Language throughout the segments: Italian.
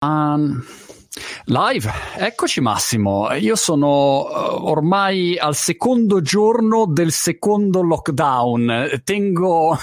Live, eccoci Massimo, io sono ormai al secondo giorno del secondo lockdown, tengo,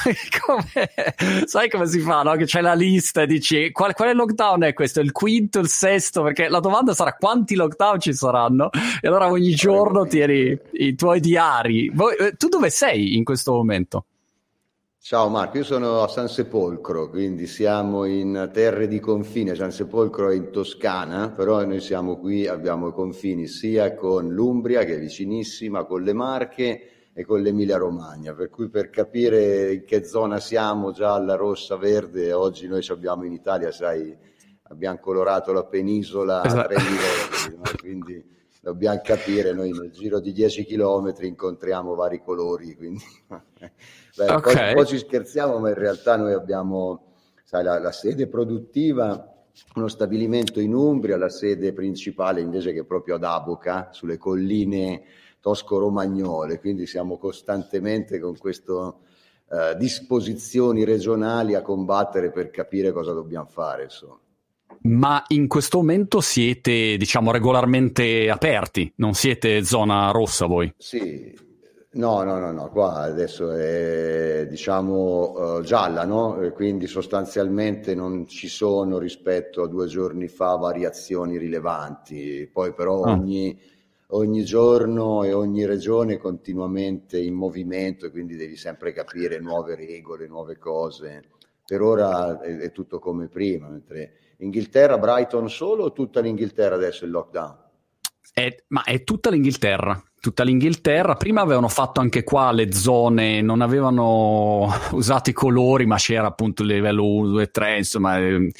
sai come si fa, no? Che c'è la lista e dici quale lockdown è questo, il quinto, il sesto, perché la domanda sarà quanti lockdown ci saranno e allora ogni giorno tieni i tuoi diari. Tu dove sei in questo momento? Ciao Marco, io sono a San Sepolcro, quindi siamo in terre di confine. San Sepolcro è in Toscana, però noi siamo qui, abbiamo i confini sia con l'Umbria, che è vicinissima, con le Marche e con l'Emilia Romagna, per cui per capire in che zona siamo, gialla, rossa, verde, oggi noi abbiamo in Italia, sai, abbiamo colorato la penisola a 3 livelli, no? Quindi dobbiamo capire, noi nel giro di 10 chilometri incontriamo vari colori, quindi... Beh, Okay. poi ci scherziamo, ma in realtà noi abbiamo, sai, la sede produttiva, uno stabilimento in Umbria, la sede principale invece che è proprio ad Aboca, sulle colline tosco-romagnole, quindi siamo costantemente con queste disposizioni regionali a combattere per capire cosa dobbiamo fare, insomma. Ma in questo momento siete, diciamo, regolarmente aperti, non siete zona rossa voi? Sì. No, qua adesso è, diciamo, gialla, no? Quindi sostanzialmente non ci sono rispetto a 2 giorni fa variazioni rilevanti, poi però ogni giorno e ogni regione è continuamente in movimento e quindi devi sempre capire nuove regole, nuove cose. Per ora è tutto come prima, mentre Inghilterra, Brighton solo o tutta l'Inghilterra adesso è il lockdown? Ma è tutta l'Inghilterra. Tutta l'Inghilterra, prima avevano fatto anche qua le zone, non avevano usato i colori, ma c'era appunto il livello 1, 2, 3, insomma le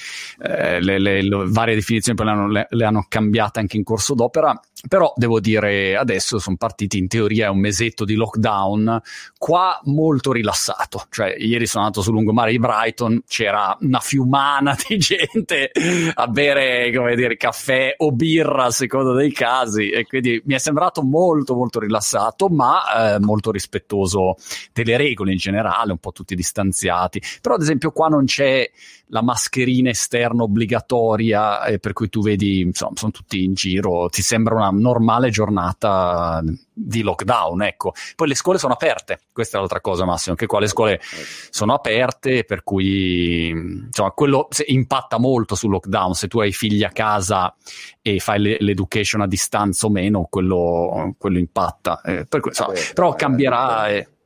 varie definizioni poi le hanno cambiate anche in corso d'opera, però devo dire adesso sono partiti, in teoria è un mesetto di lockdown, qua molto rilassato, cioè ieri sono andato sul lungomare di Brighton, c'era una fiumana di gente a bere, come dire, caffè o birra a seconda dei casi, e quindi mi è sembrato molto rilassato, ma molto rispettoso delle regole in generale, un po' tutti distanziati. Però ad esempio qua non c'è la mascherina esterna obbligatoria, per cui tu vedi, insomma, sono tutti in giro, ti sembra una normale giornata di lockdown, ecco. Poi le scuole sono aperte, questa è l'altra cosa, Massimo, che qua le scuole sono aperte, per cui insomma quello impatta molto sul lockdown. Se tu hai figli a casa e fai l'education a distanza o meno, quello impatta, però cambierà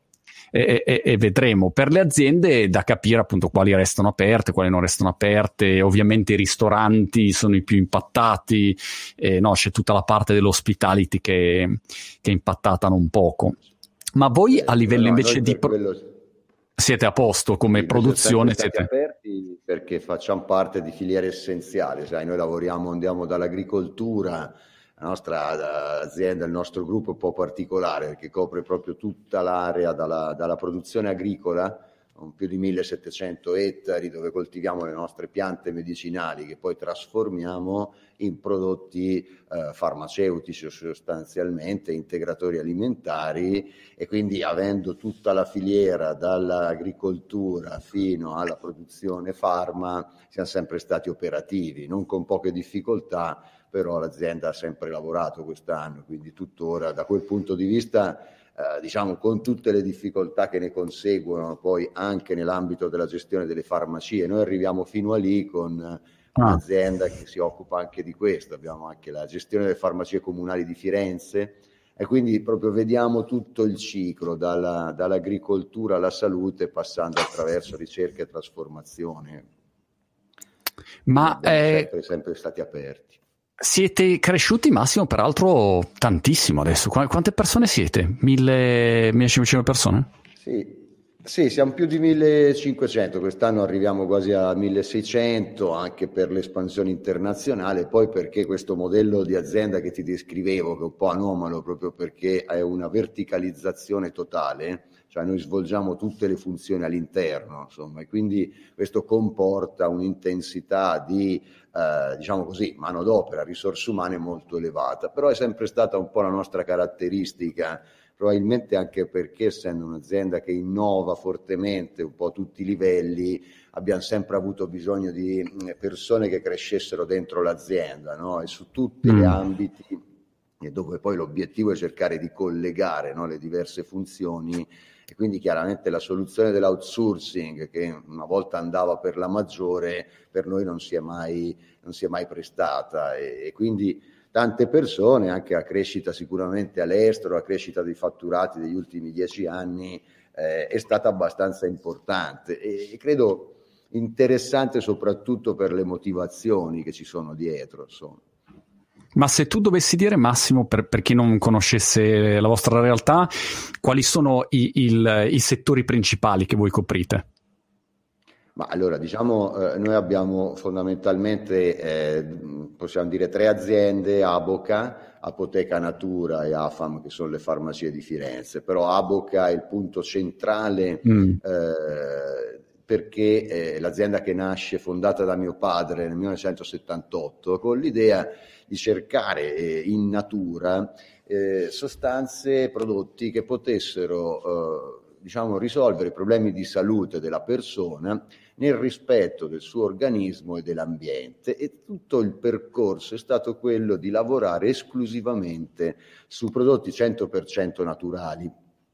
e vedremo. Per le aziende da capire appunto quali restano aperte, quali non restano aperte. Ovviamente i ristoranti sono i più impattati, no, c'è tutta la parte dell'hospitality che è impattata non poco. Ma voi a livello invece di siete a posto come produzione? Siete aperti perché facciamo parte di filiere essenziali, sai, noi andiamo dall'agricoltura. La nostra azienda, il nostro gruppo è un po' particolare perché copre proprio tutta l'area dalla produzione agricola, con più di 1700 ettari, dove coltiviamo le nostre piante medicinali che poi trasformiamo in prodotti farmaceutici sostanzialmente, integratori alimentari, e quindi avendo tutta la filiera dall'agricoltura fino alla produzione farma siamo sempre stati operativi, non con poche difficoltà, però l'azienda ha sempre lavorato quest'anno, quindi tuttora da quel punto di vista, diciamo, con tutte le difficoltà che ne conseguono poi anche nell'ambito della gestione delle farmacie. Noi arriviamo fino a lì con un'azienda che si occupa anche di questo, abbiamo anche la gestione delle farmacie comunali di Firenze e quindi proprio vediamo tutto il ciclo dall'agricoltura alla salute, passando attraverso ricerca e trasformazione. Ma siamo sempre stati aperti. Siete cresciuti, Massimo, peraltro tantissimo adesso. Quante persone siete? 1500 persone? Sì, siamo più di 1500, quest'anno arriviamo quasi a 1600, anche per l'espansione internazionale, poi perché questo modello di azienda che ti descrivevo, che è un po' anomalo proprio perché è una verticalizzazione totale, cioè noi svolgiamo tutte le funzioni all'interno, insomma, e quindi questo comporta un'intensità di, diciamo così, manodopera, risorse umane molto elevata, però è sempre stata un po' la nostra caratteristica probabilmente anche perché, essendo un'azienda che innova fortemente un po' a tutti i livelli, abbiamo sempre avuto bisogno di persone che crescessero dentro l'azienda, no? E su tutti gli ambiti, e dove poi l'obiettivo è cercare di collegare, no, le diverse funzioni. E quindi chiaramente la soluzione dell'outsourcing, che una volta andava per la maggiore, per noi non si è mai prestata, e quindi tante persone, anche la crescita sicuramente all'estero, la crescita dei fatturati degli ultimi 10 anni è stata abbastanza importante, e credo interessante soprattutto per le motivazioni che ci sono dietro, insomma. Ma se tu dovessi dire, Massimo, per chi non conoscesse la vostra realtà, quali sono i settori principali che voi coprite? Ma allora, diciamo, noi abbiamo fondamentalmente, possiamo dire, 3 aziende: Aboca, Apoteca Natura e Afam, che sono le farmacie di Firenze. Però Aboca è il punto centrale, perché l'azienda che nasce, fondata da mio padre nel 1978, con l'idea di cercare in natura sostanze, prodotti che potessero diciamo, risolvere i problemi di salute della persona nel rispetto del suo organismo e dell'ambiente, e tutto il percorso è stato quello di lavorare esclusivamente su prodotti 100% naturali,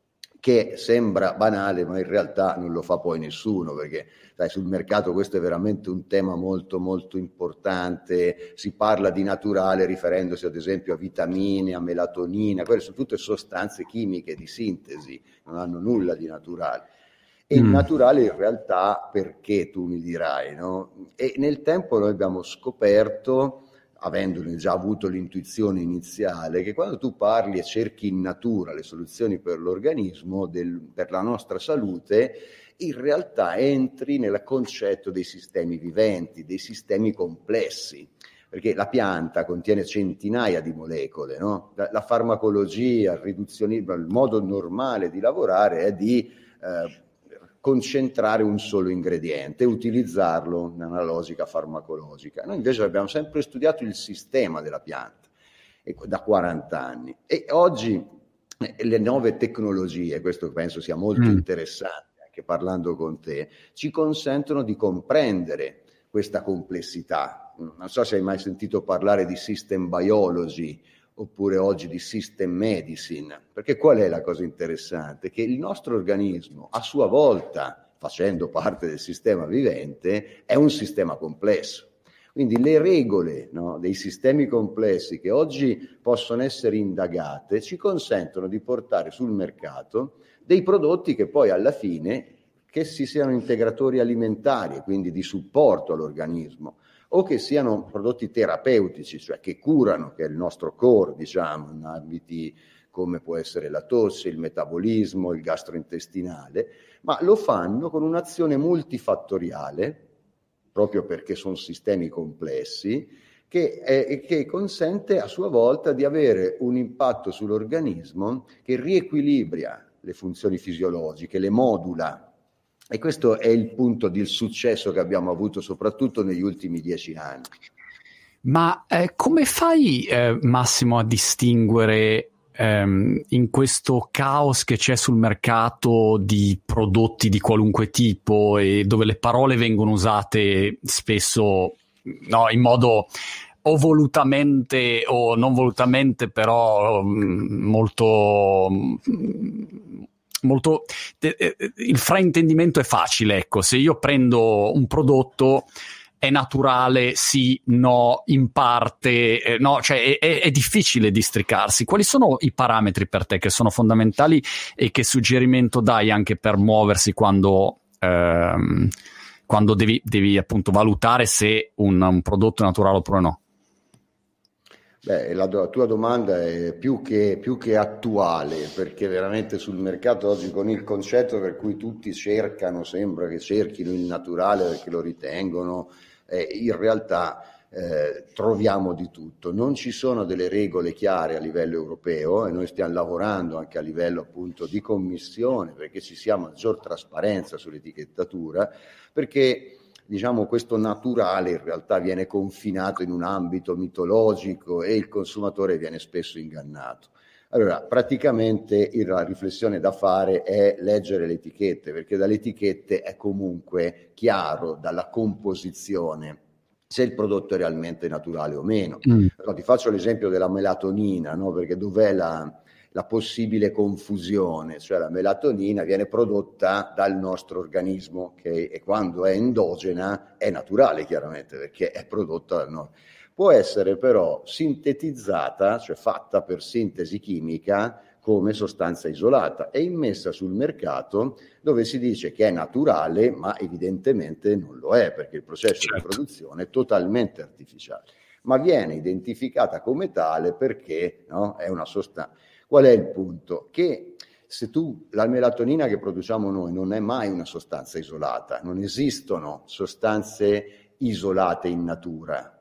che sembra banale, ma in realtà non lo fa poi nessuno, perché sai, sul mercato questo è veramente un tema molto molto importante. Si parla di naturale riferendosi ad esempio a vitamine, a melatonina, quelle sono tutte sostanze chimiche di sintesi, non hanno nulla di naturale. E il naturale in realtà, perché tu mi dirai, no? E nel tempo noi abbiamo scoperto, avendone già avuto l'intuizione iniziale, che quando tu parli e cerchi in natura le soluzioni per l'organismo, per la nostra salute, in realtà entri nel concetto dei sistemi viventi, dei sistemi complessi, perché la pianta contiene centinaia di molecole, no? La farmacologia, il riduzionismo, il modo normale di lavorare è di concentrare un solo ingrediente e utilizzarlo nella logica farmacologica. Noi invece abbiamo sempre studiato il sistema della pianta da 40 anni, e oggi le nuove tecnologie, questo penso sia molto interessante, anche parlando con te, ci consentono di comprendere questa complessità. Non so se hai mai sentito parlare di system biology oppure oggi di system medicine, perché qual è la cosa interessante? Che il nostro organismo, a sua volta, facendo parte del sistema vivente, è un sistema complesso. Quindi le regole, no, dei sistemi complessi che oggi possono essere indagate ci consentono di portare sul mercato dei prodotti che poi alla fine, che si siano integratori alimentari, quindi di supporto all'organismo, o che siano prodotti terapeutici, cioè che curano, che è il nostro core, diciamo, in ambiti come può essere la tosse, il metabolismo, il gastrointestinale, ma lo fanno con un'azione multifattoriale, proprio perché sono sistemi complessi, che consente a sua volta di avere un impatto sull'organismo che riequilibra le funzioni fisiologiche, le modula. E questo è il punto del successo che abbiamo avuto soprattutto negli ultimi 10 anni. Ma come fai, Massimo, a distinguere in questo caos che c'è sul mercato di prodotti di qualunque tipo, e dove le parole vengono usate spesso, no, in modo o volutamente o non volutamente, però molto il fraintendimento è facile, ecco. Se io prendo un prodotto è naturale, sì, no, in parte, no, cioè è difficile districarsi. Quali sono i parametri per te che sono fondamentali, e che suggerimento dai anche per muoversi quando devi appunto valutare se un prodotto è naturale oppure no? Beh, la tua domanda è più che attuale, perché veramente sul mercato oggi, con il concetto per cui tutti cercano, sembra che cerchino il naturale perché lo ritengono, in realtà troviamo di tutto. Non ci sono delle regole chiare a livello europeo, e noi stiamo lavorando anche a livello appunto di commissione perché ci sia maggior trasparenza sull'etichettatura, perché diciamo questo naturale in realtà viene confinato in un ambito mitologico e il consumatore viene spesso ingannato. Allora, praticamente la riflessione da fare è leggere le etichette, perché dalle etichette è comunque chiaro dalla composizione se il prodotto è realmente naturale o meno. No, ti faccio l'esempio della melatonina, no? Perché dov'è la possibile confusione? Cioè la melatonina viene prodotta dal nostro organismo, okay? E quando è endogena è naturale, chiaramente, perché è prodotta dal nostro. Può essere però sintetizzata, cioè fatta per sintesi chimica come sostanza isolata e immessa sul mercato, dove si dice che è naturale, ma evidentemente non lo è, perché il processo di produzione è totalmente artificiale, ma viene identificata come tale perché, no, è una sostanza. Qual è il punto? Che se la melatonina che produciamo noi non è mai una sostanza isolata, non esistono sostanze isolate in natura.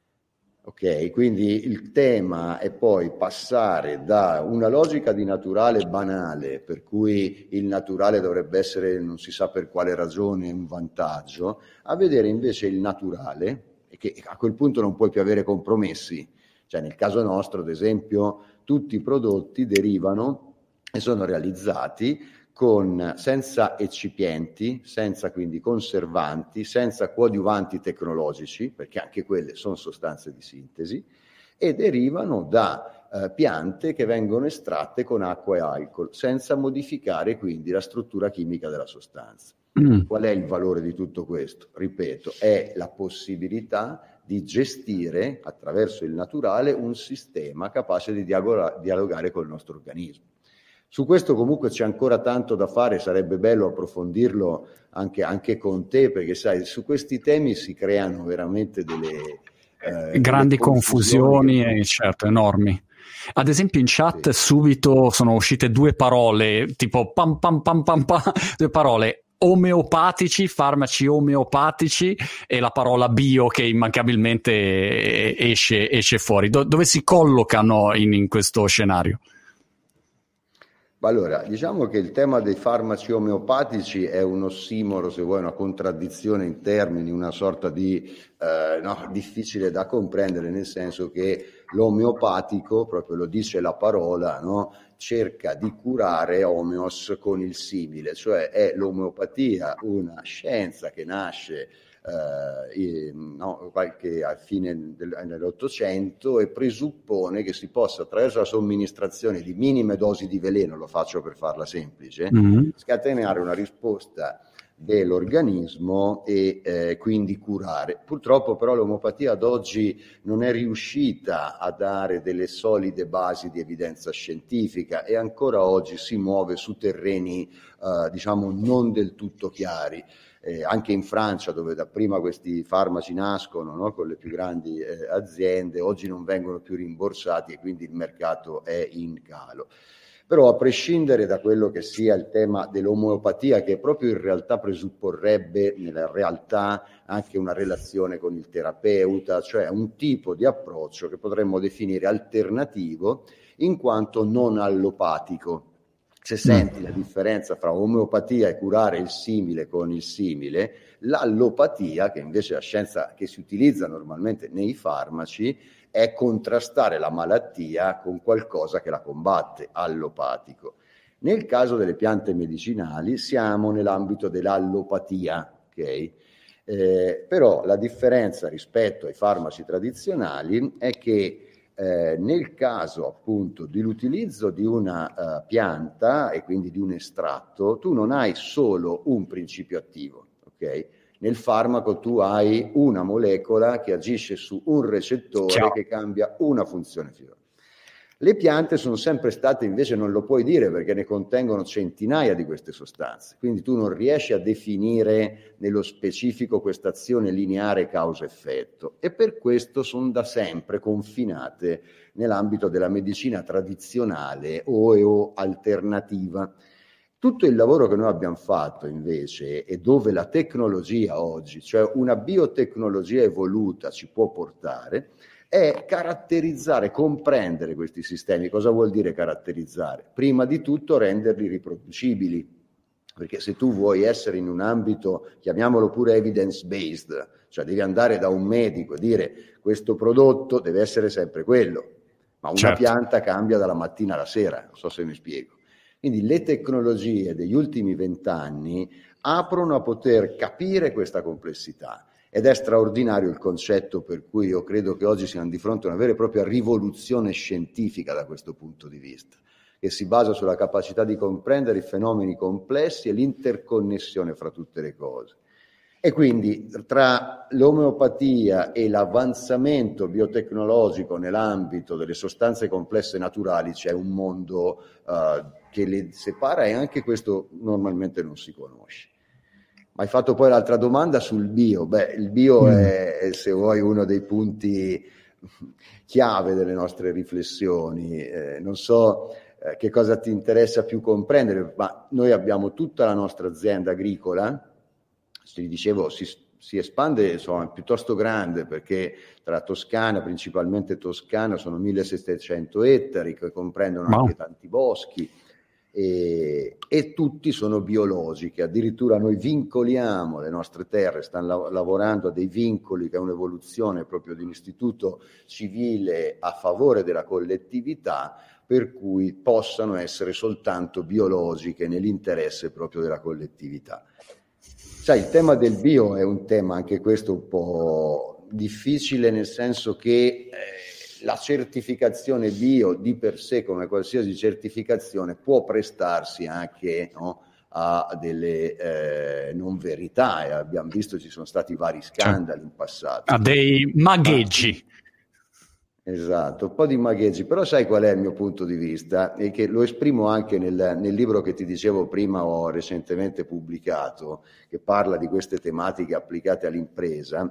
Ok, quindi il tema è poi passare da una logica di naturale banale, per cui il naturale dovrebbe essere, non si sa per quale ragione, un vantaggio, a vedere invece il naturale, e che a quel punto non puoi più avere compromessi. Cioè nel caso nostro, ad esempio, tutti i prodotti derivano e sono realizzati senza eccipienti, senza quindi conservanti, senza coadiuvanti tecnologici, perché anche quelle sono sostanze di sintesi, e derivano da piante che vengono estratte con acqua e alcol, senza modificare quindi la struttura chimica della sostanza. Qual è il valore di tutto questo? Ripeto, è la possibilità di gestire attraverso il naturale un sistema capace di dialogare col nostro organismo. Su questo comunque c'è ancora tanto da fare, sarebbe bello approfondirlo anche con te, perché sai, su questi temi si creano veramente grandi delle confusioni, certo, enormi. Ad esempio in chat subito sono uscite due parole, tipo pam pam pam pam pam, due parole: omeopatici, farmaci omeopatici, e la parola bio che immancabilmente esce fuori. Dove si collocano in questo scenario? Allora, diciamo che il tema dei farmaci omeopatici è un ossimoro, se vuoi, una contraddizione in termini, una sorta di difficile da comprendere, nel senso che l'omeopatico, proprio lo dice la parola, no? Cerca di curare homeos con il simile, cioè è l'omeopatia una scienza che nasce qualche a fine dell'Ottocento, e presuppone che si possa, attraverso la somministrazione di minime dosi di veleno, lo faccio per farla semplice, scatenare una risposta dell'organismo e quindi curare. Purtroppo però l'omeopatia ad oggi non è riuscita a dare delle solide basi di evidenza scientifica e ancora oggi si muove su terreni diciamo non del tutto chiari. Anche in Francia, dove dapprima questi farmaci nascono, no, con le più grandi aziende, oggi non vengono più rimborsati e quindi il mercato è in calo. Però a prescindere da quello che sia il tema dell'omeopatia, che proprio in realtà presupporrebbe nella realtà anche una relazione con il terapeuta, cioè un tipo di approccio che potremmo definire alternativo in quanto non allopatico. Se senti la differenza fra omeopatia e curare il simile con il simile, l'allopatia, che invece è la scienza che si utilizza normalmente nei farmaci, è contrastare la malattia con qualcosa che la combatte, allopatico. Nel caso delle piante medicinali siamo nell'ambito dell'allopatia, ok? Però la differenza rispetto ai farmaci tradizionali è che nel caso appunto dell'utilizzo di una pianta e quindi di un estratto, tu non hai solo un principio attivo, ok? Nel farmaco tu hai una molecola che agisce su un recettore che cambia una funzione fisiologica. Le piante sono sempre state, invece non lo puoi dire perché ne contengono centinaia di queste sostanze, quindi tu non riesci a definire nello specifico questa azione lineare causa-effetto, e per questo sono da sempre confinate nell'ambito della medicina tradizionale o alternativa. Tutto il lavoro che noi abbiamo fatto invece, e dove la tecnologia oggi, cioè una biotecnologia evoluta, ci può portare, è caratterizzare, comprendere questi sistemi. Cosa vuol dire caratterizzare? Prima di tutto renderli riproducibili, perché se tu vuoi essere in un ambito, chiamiamolo pure evidence based, cioè devi andare da un medico e dire questo prodotto deve essere sempre quello, ma una pianta cambia dalla mattina alla sera, non so se mi spiego. Quindi le tecnologie degli ultimi 20 anni aprono a poter capire questa complessità, ed è straordinario il concetto per cui io credo che oggi siamo di fronte a una vera e propria rivoluzione scientifica da questo punto di vista, che si basa sulla capacità di comprendere i fenomeni complessi e l'interconnessione fra tutte le cose. E quindi tra l'omeopatia e l'avanzamento biotecnologico nell'ambito delle sostanze complesse naturali c'è un mondo che le separa, e anche questo normalmente non si conosce. Ma hai fatto poi l'altra domanda sul bio. Beh, il bio è, se vuoi, uno dei punti chiave delle nostre riflessioni. Non so che cosa ti interessa più comprendere, ma noi abbiamo tutta la nostra azienda agricola. Ti dicevo, si espande, insomma, piuttosto grande, perché tra Toscana, principalmente Toscana, sono 1700 ettari che comprendono anche tanti boschi, e tutti sono biologiche. Addirittura noi vincoliamo le nostre terre, stanno lavorando a dei vincoli, che è un'evoluzione proprio di un istituto civile a favore della collettività, per cui possano essere soltanto biologiche nell'interesse proprio della collettività. Sai, il tema del bio è un tema anche questo un po' difficile, nel senso che la certificazione bio di per sé, come qualsiasi certificazione, può prestarsi anche, no, a delle non verità, e abbiamo visto ci sono stati vari scandali in passato. A dei magheggi. Esatto, un po' di magheggi, però sai qual è il mio punto di vista? E che lo esprimo anche nel libro che ti dicevo prima, ho recentemente pubblicato, che parla di queste tematiche applicate all'impresa,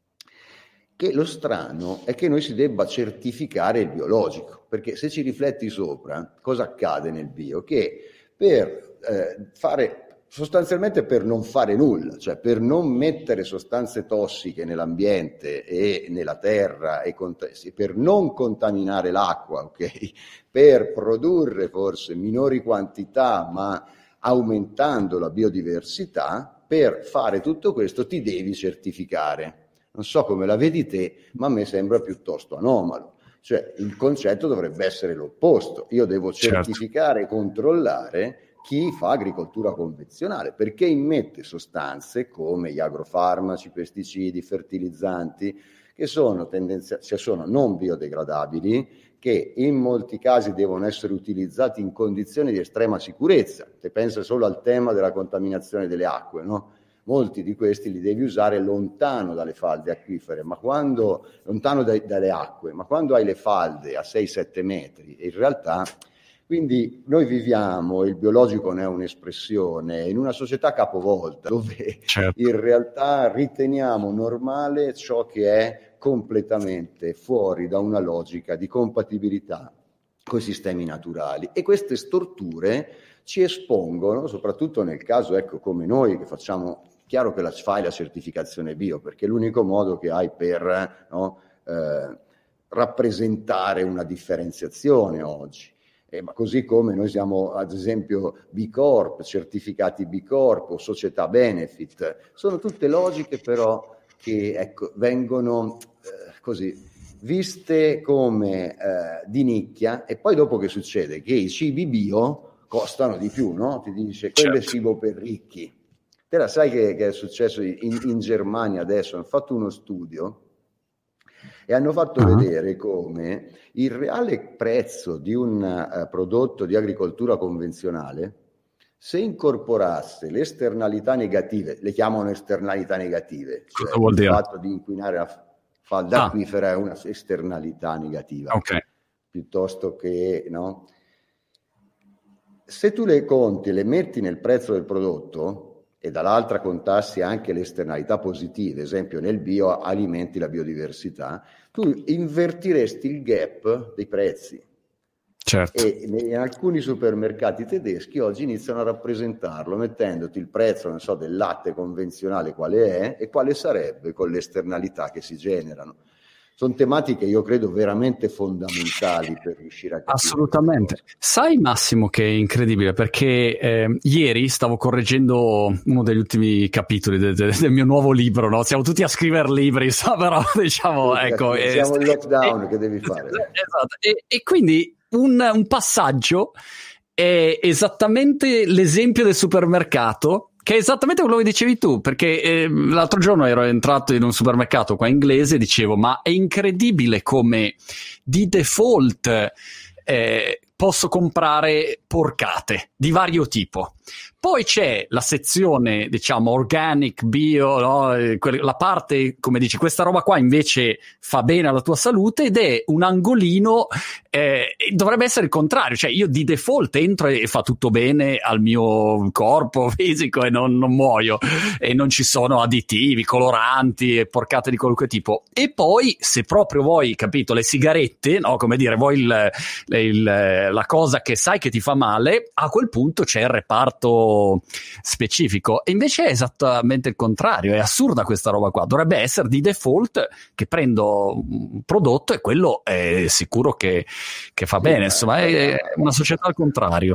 che lo strano è che noi si debba certificare il biologico, perché se ci rifletti sopra, cosa accade nel bio? Che per sostanzialmente per non fare nulla, cioè per non mettere sostanze tossiche nell'ambiente e nella terra, e per non contaminare l'acqua, ok? Per produrre forse minori quantità ma aumentando la biodiversità, per fare tutto questo ti devi certificare. Non so come la vedi te, ma a me sembra piuttosto anomalo. Cioè il concetto dovrebbe essere l'opposto. Io devo certificare e controllare chi fa agricoltura convenzionale, perché immette sostanze come gli agrofarmaci, pesticidi, fertilizzanti, che sono sono non biodegradabili, che in molti casi devono essere utilizzati in condizioni di estrema sicurezza. Se pensa solo al tema della contaminazione delle acque, no? Molti di questi li devi usare lontano dalle falde acquifere, ma quando lontano dalle acque, ma quando hai le falde a 6-7 metri, in realtà. Quindi noi viviamo, il biologico ne è un'espressione, in una società capovolta, dove in realtà riteniamo normale ciò che è completamente fuori da una logica di compatibilità con i sistemi naturali. E queste storture ci espongono, soprattutto nel caso, ecco, come noi che facciamo, chiaro che fai la certificazione bio, perché è l'unico modo che hai per rappresentare una differenziazione oggi. Ma così come noi siamo, ad esempio, B Corp, certificati B Corp o società benefit, sono tutte logiche però che, ecco, vengono così viste come di nicchia, e poi dopo che succede? Che i cibi bio costano di più, no? Ti dice, quello è cibo per ricchi. Te la sai che è successo in Germania adesso? Hanno fatto uno studio e hanno fatto vedere come il reale prezzo di un prodotto di agricoltura convenzionale, se incorporasse le esternalità negative, le chiamano esternalità negative, cioè il fatto di inquinare la falda acquifera è una esternalità negativa, piuttosto che, no? Se tu le conti, le metti nel prezzo del prodotto, e dall'altra contassi anche le esternalità positive, esempio nel bio alimenti la biodiversità, tu invertiresti il gap dei prezzi. Certo. E in alcuni supermercati tedeschi oggi iniziano a rappresentarlo, mettendoti il prezzo, non so, del latte convenzionale quale è e quale sarebbe con le esternalità che si generano. Sono tematiche, io credo, veramente fondamentali per riuscire a capire. Assolutamente. Sai, Massimo, che è incredibile, perché ieri stavo correggendo uno degli ultimi capitoli del mio nuovo libro, no? Siamo tutti a scrivere libri, però diciamo, ecco... Siamo in lockdown, che devi fare? Esatto, e quindi un passaggio è esattamente l'esempio del supermercato, che è esattamente quello che dicevi tu, perché l'altro giorno ero entrato in un supermercato qua inglese e dicevo, ma è incredibile come di default posso comprare porcate di vario tipo. Poi c'è la sezione, diciamo, organic, bio, no? La parte, come dici, questa roba qua invece fa bene alla tua salute, ed è un angolino, dovrebbe essere il contrario, cioè io di default entro e fa tutto bene al mio corpo fisico e non muoio, e non ci sono additivi, coloranti e porcate di qualunque tipo. E poi, se proprio vuoi, capito, le sigarette, no? Come dire, vuoi la cosa che sai che ti fa male, a quel punto c'è il reparto specifico. E invece è esattamente il contrario, è assurda questa roba qua. Dovrebbe essere di default che prendo un prodotto e quello è sicuro che fa bene, insomma è una società al contrario.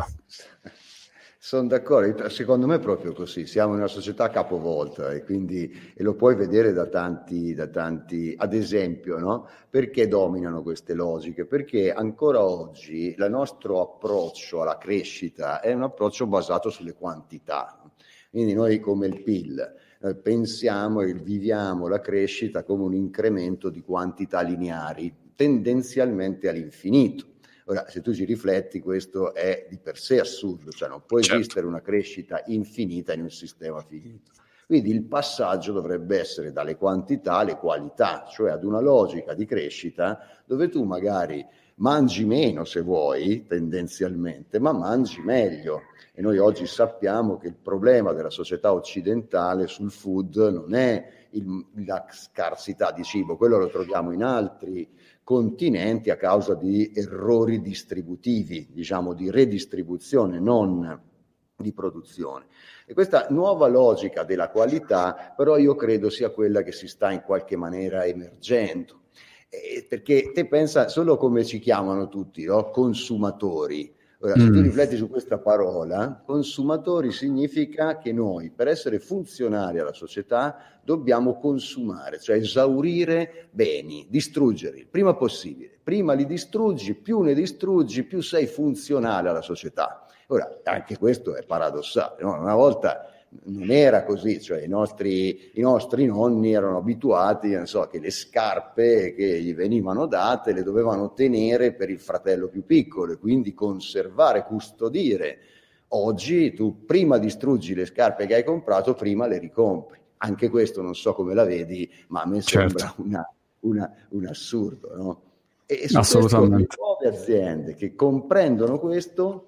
Sono d'accordo, secondo me è proprio così, siamo in una società capovolta e lo puoi vedere da tanti, ad esempio, no? Perché dominano queste logiche? Perché ancora oggi il nostro approccio alla crescita è un approccio basato sulle quantità, quindi noi come il PIL pensiamo e viviamo la crescita come un incremento di quantità lineari, tendenzialmente all'infinito. Ora, se tu ci rifletti, questo è di per sé assurdo, cioè non può esistere una crescita infinita in un sistema finito. Quindi il passaggio dovrebbe essere dalle quantità alle qualità, cioè ad una logica di crescita dove tu magari mangi meno, se vuoi, tendenzialmente, ma mangi meglio. E noi oggi sappiamo che il problema della società occidentale sul food non è la scarsità di cibo, quello lo troviamo in altri continenti a causa di errori distributivi, diciamo di redistribuzione, non di produzione. E questa nuova logica della qualità, però, io credo sia quella che si sta in qualche maniera emergendo. Perché te pensa solo come ci chiamano tutti, no? Consumatori. Ora, se tu rifletti su questa parola, consumatori significa che noi, per essere funzionali alla società, dobbiamo consumare, cioè esaurire beni, distruggerli il prima possibile. Prima li distruggi, più ne distruggi, più sei funzionale alla società. Ora, anche questo è paradossale, no? Una volta non era così, cioè i nostri nonni erano abituati, non so, che le scarpe che gli venivano date le dovevano tenere per il fratello più piccolo e quindi conservare, custodire. Oggi tu prima distruggi le scarpe che hai comprato, prima le ricompri. Anche questo non so come la vedi, ma a me sembra un assurdo, no? E su questo le nuove aziende che comprendono questo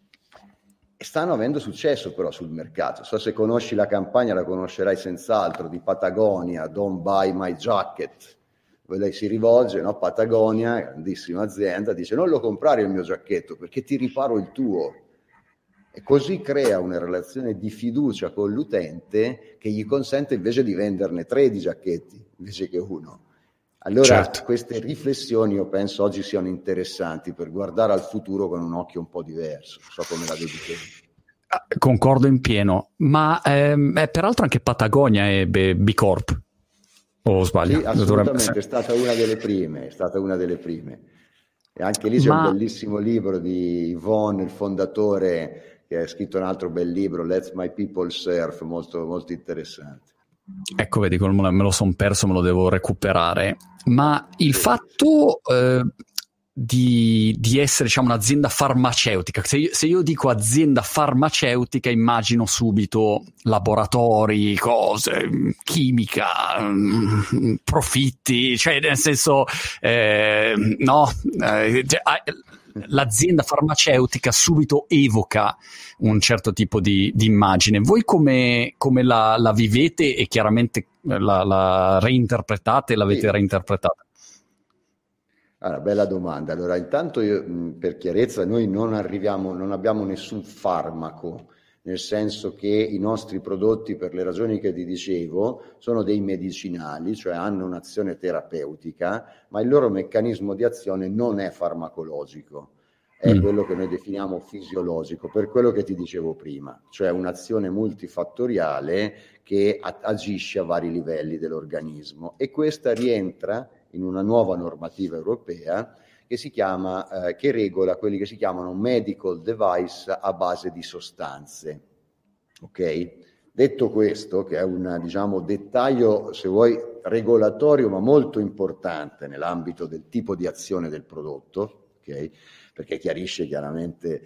stanno avendo successo però sul mercato. So se conosci la campagna, la conoscerai senz'altro, di Patagonia, Don't Buy My Jacket. Lei si rivolge, no? Patagonia, grandissima azienda, dice non lo comprare il mio giacchetto perché ti riparo il tuo. E così crea una relazione di fiducia con l'utente che gli consente invece di venderne 3 di giacchetti invece che uno. Allora, queste riflessioni io penso oggi siano interessanti per guardare al futuro con un occhio un po' diverso. Non so come la vedi te. Concordo in pieno, ma peraltro anche Patagonia è B Corp, o sbaglio? Sì, assolutamente, è stata una delle prime. E anche lì c'è un bellissimo libro di Yvon, il fondatore, che ha scritto un altro bel libro, Let My People Surf, molto, molto interessante. Ecco, vedi, me lo son perso, me lo devo recuperare. Ma il fatto di essere, diciamo, un'azienda farmaceutica, se io dico azienda farmaceutica immagino subito laboratori, cose, chimica, profitti, cioè nel senso l'azienda farmaceutica subito evoca un certo tipo di immagine. Voi come la vivete e chiaramente la reinterpretate e l'avete reinterpretata? Allora, bella domanda. Allora, intanto io, per chiarezza, noi non abbiamo nessun farmaco nel senso che i nostri prodotti, per le ragioni che ti dicevo, sono dei medicinali, cioè hanno un'azione terapeutica, ma il loro meccanismo di azione non è farmacologico, è quello che noi definiamo fisiologico, per quello che ti dicevo prima, cioè un'azione multifattoriale che agisce a vari livelli dell'organismo, e questa rientra in una nuova normativa europea che si chiama, che regola quelli che si chiamano medical device a base di sostanze. Ok? Detto questo, che è un, diciamo, dettaglio, se vuoi, regolatorio, ma molto importante nell'ambito del tipo di azione del prodotto, ok? Perché chiarisce chiaramente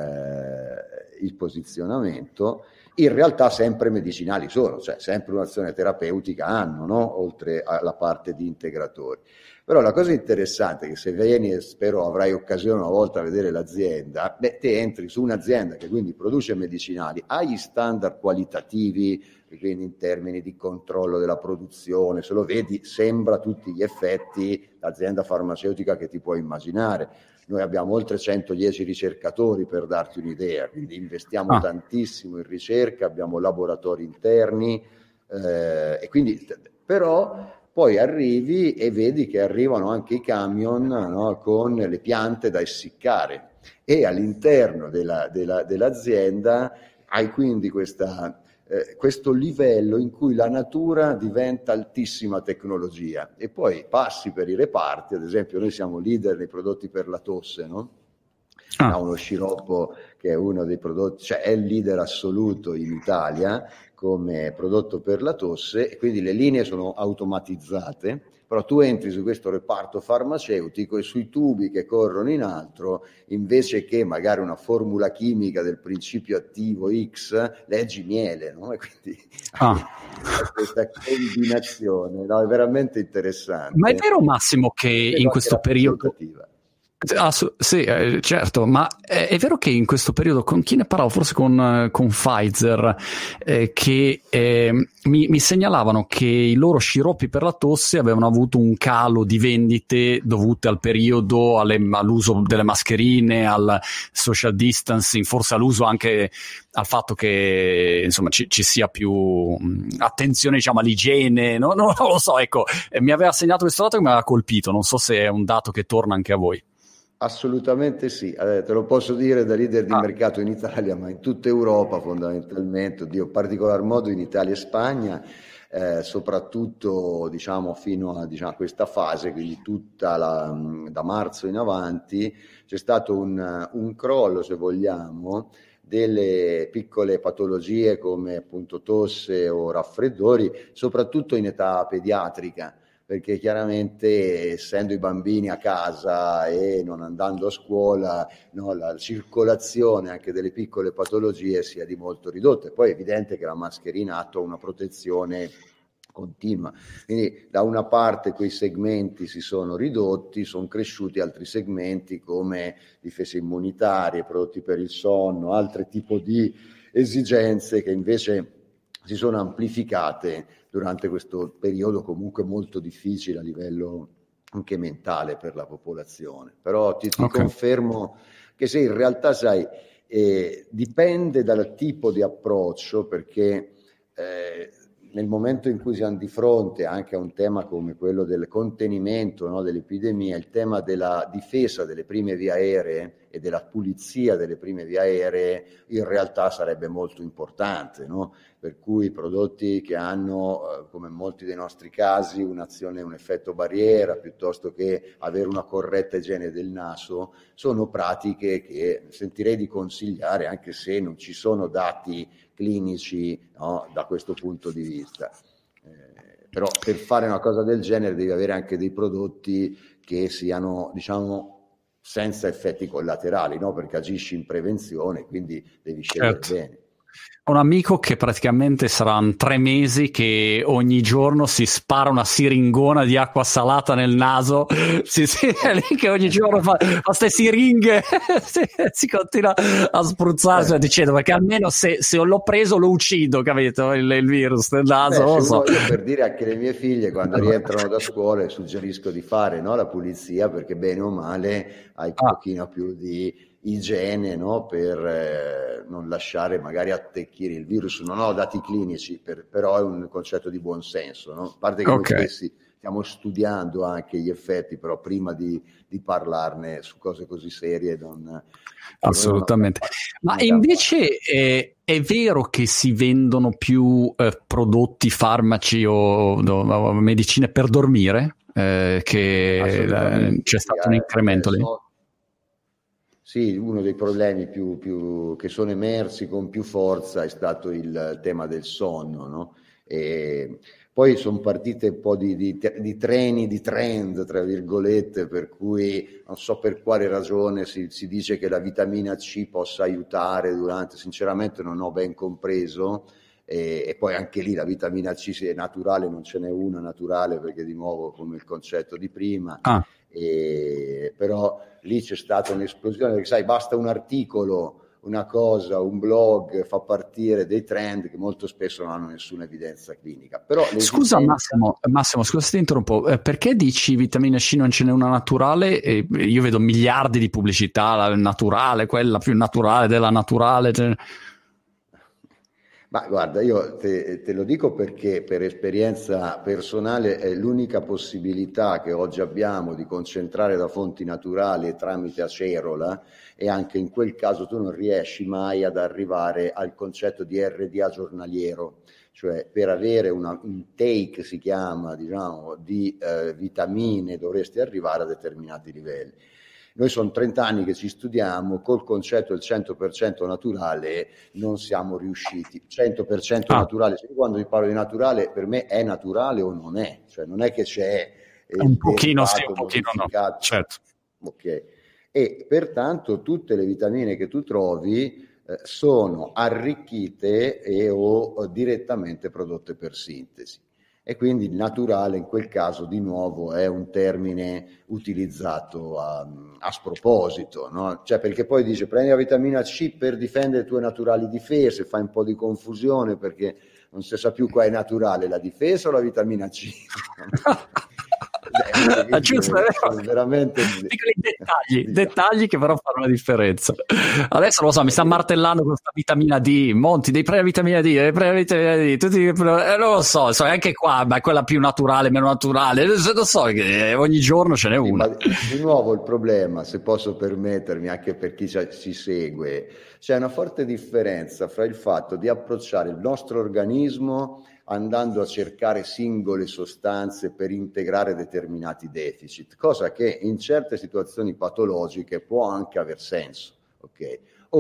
il posizionamento, in realtà sempre medicinali sono, cioè sempre un'azione terapeutica hanno, no? Oltre alla parte di integratori. Però la cosa interessante è che se vieni, e spero avrai occasione una volta a vedere l'azienda, te entri su un'azienda che quindi produce medicinali, ha gli standard qualitativi, quindi in termini di controllo della produzione, se lo vedi sembra a tutti gli effetti l'azienda farmaceutica che ti puoi immaginare. Noi abbiamo oltre 110 ricercatori, per darti un'idea, quindi investiamo tantissimo in ricerca, abbiamo laboratori interni, e quindi però poi arrivi e vedi che arrivano anche i camion, no, con le piante da essiccare, e all'interno dell'azienda hai quindi questo livello in cui la natura diventa altissima tecnologia, e poi passi per i reparti. Ad esempio noi siamo leader nei prodotti per la tosse, no? Ha uno sciroppo che è uno dei prodotti, cioè è il leader assoluto in Italia come prodotto per la tosse, e quindi le linee sono automatizzate, però tu entri su questo reparto farmaceutico e sui tubi che corrono in alto, invece che magari una formula chimica del principio attivo X, leggi miele, no? E quindi questa combinazione, no? È veramente interessante. Ma è vero, Massimo, che in questo periodo... sì, certo, ma è vero che in questo periodo, con chi ne parlavo, forse con Pfizer, che mi segnalavano che i loro sciroppi per la tosse avevano avuto un calo di vendite dovute al periodo, all'uso delle mascherine, al social distancing, forse all'uso anche al fatto che insomma ci sia più attenzione, diciamo, all'igiene, non lo so, ecco, mi aveva segnato questo dato che mi aveva colpito, non so se è un dato che torna anche a voi. Assolutamente sì, te lo posso dire da leader di mercato in Italia, ma in tutta Europa fondamentalmente, in particolar modo in Italia e Spagna, soprattutto diciamo fino a questa fase, quindi da marzo in avanti, c'è stato un crollo, se vogliamo, delle piccole patologie come appunto tosse o raffreddori, soprattutto in età pediatrica, perché chiaramente essendo i bambini a casa e non andando a scuola, no, la circolazione anche delle piccole patologie sia di molto ridotta. E poi è evidente che la mascherina ha una protezione continua, quindi da una parte quei segmenti si sono ridotti, sono cresciuti altri segmenti come difese immunitarie, prodotti per il sonno, altri tipi di esigenze che invece si sono amplificate durante questo periodo comunque molto difficile a livello anche mentale per la popolazione. Però ti confermo che sì, in realtà sai, dipende dal tipo di approccio, perché nel momento in cui siamo di fronte anche a un tema come quello del contenimento, no, dell'epidemia, il tema della difesa delle prime vie aeree e della pulizia delle prime vie aeree in realtà sarebbe molto importante, no? Per cui i prodotti che hanno, come in molti dei nostri casi, un'azione, un effetto barriera, piuttosto che avere una corretta igiene del naso, sono pratiche che sentirei di consigliare, anche se non ci sono dati clinici, no, da questo punto di vista. Però per fare una cosa del genere devi avere anche dei prodotti che siano, diciamo, senza effetti collaterali, no? Perché agisci in prevenzione, quindi devi scegliere bene. Ho un amico che praticamente saranno 3 mesi che ogni giorno si spara una siringona di acqua salata nel naso, è lì che ogni giorno fa queste siringhe, si continua a spruzzare, cioè, dicendo, perché almeno se l'ho preso lo uccido, capito, il virus nel naso. Io per dire anche le mie figlie quando rientrano da scuola suggerisco di fare, no, la pulizia, perché bene o male hai un pochino più di igiene, no? Per non lasciare magari attecchire il virus. Non ho dati clinici, però è un concetto di buon senso, no? A parte che noi stessi stiamo studiando anche gli effetti, però prima di parlarne su cose così serie assolutamente. Ma invece è vero che si vendono più prodotti, farmaci o medicine per dormire? Che c'è stato un incremento lì? Sì, uno dei problemi più che sono emersi con più forza è stato il tema del sonno, no? E poi sono partite un po' di trend, tra virgolette, per cui non so per quale ragione si dice che la vitamina C possa aiutare sinceramente non ho ben compreso, e poi anche lì la vitamina C se è naturale, non ce n'è una naturale, perché di nuovo come il concetto di prima, però lì c'è stata un'esplosione, perché sai, basta un articolo, una cosa, un blog fa partire dei trend che molto spesso non hanno nessuna evidenza clinica. Però scusa Massimo, scusa se ti interrompo, perché dici vitamina C non ce n'è una naturale? Io vedo miliardi di pubblicità, la naturale, quella più naturale della naturale. Ma guarda, io te lo dico perché per esperienza personale è l'unica possibilità che oggi abbiamo di concentrare da fonti naturali tramite acerola, e anche in quel caso tu non riesci mai ad arrivare al concetto di RDA giornaliero, cioè per avere un intake, si chiama, diciamo, di vitamine dovresti arrivare a determinati livelli. Noi sono 30 anni che ci studiamo, col concetto del 100% naturale non siamo riusciti. 100% naturale, quando vi parlo di naturale, per me è naturale o non è, cioè non è che c'è un pochino sì, un pochino no, certo. Ok. E pertanto tutte le vitamine che tu trovi sono arricchite o direttamente prodotte per sintesi. E quindi il naturale in quel caso di nuovo è un termine utilizzato a sproposito, no? Cioè, perché poi dice prendi la vitamina C per difendere le tue naturali difese, fai un po' di confusione perché non si sa più qua è naturale, la difesa o la vitamina C. Giusto, veramente piccoli dettagli che però fanno la differenza. Adesso lo so, mi sta martellando con questa vitamina D, Monti, devi prendere vitamina D, tutti, non lo so, anche qua, ma è quella più naturale, meno naturale, lo so che ogni giorno ce n'è una. Ma di nuovo il problema, se posso permettermi, anche per chi ci segue, c'è una forte differenza fra il fatto di approcciare il nostro organismo andando a cercare singole sostanze per integrare determinati deficit, cosa che in certe situazioni patologiche può anche aver senso, ok?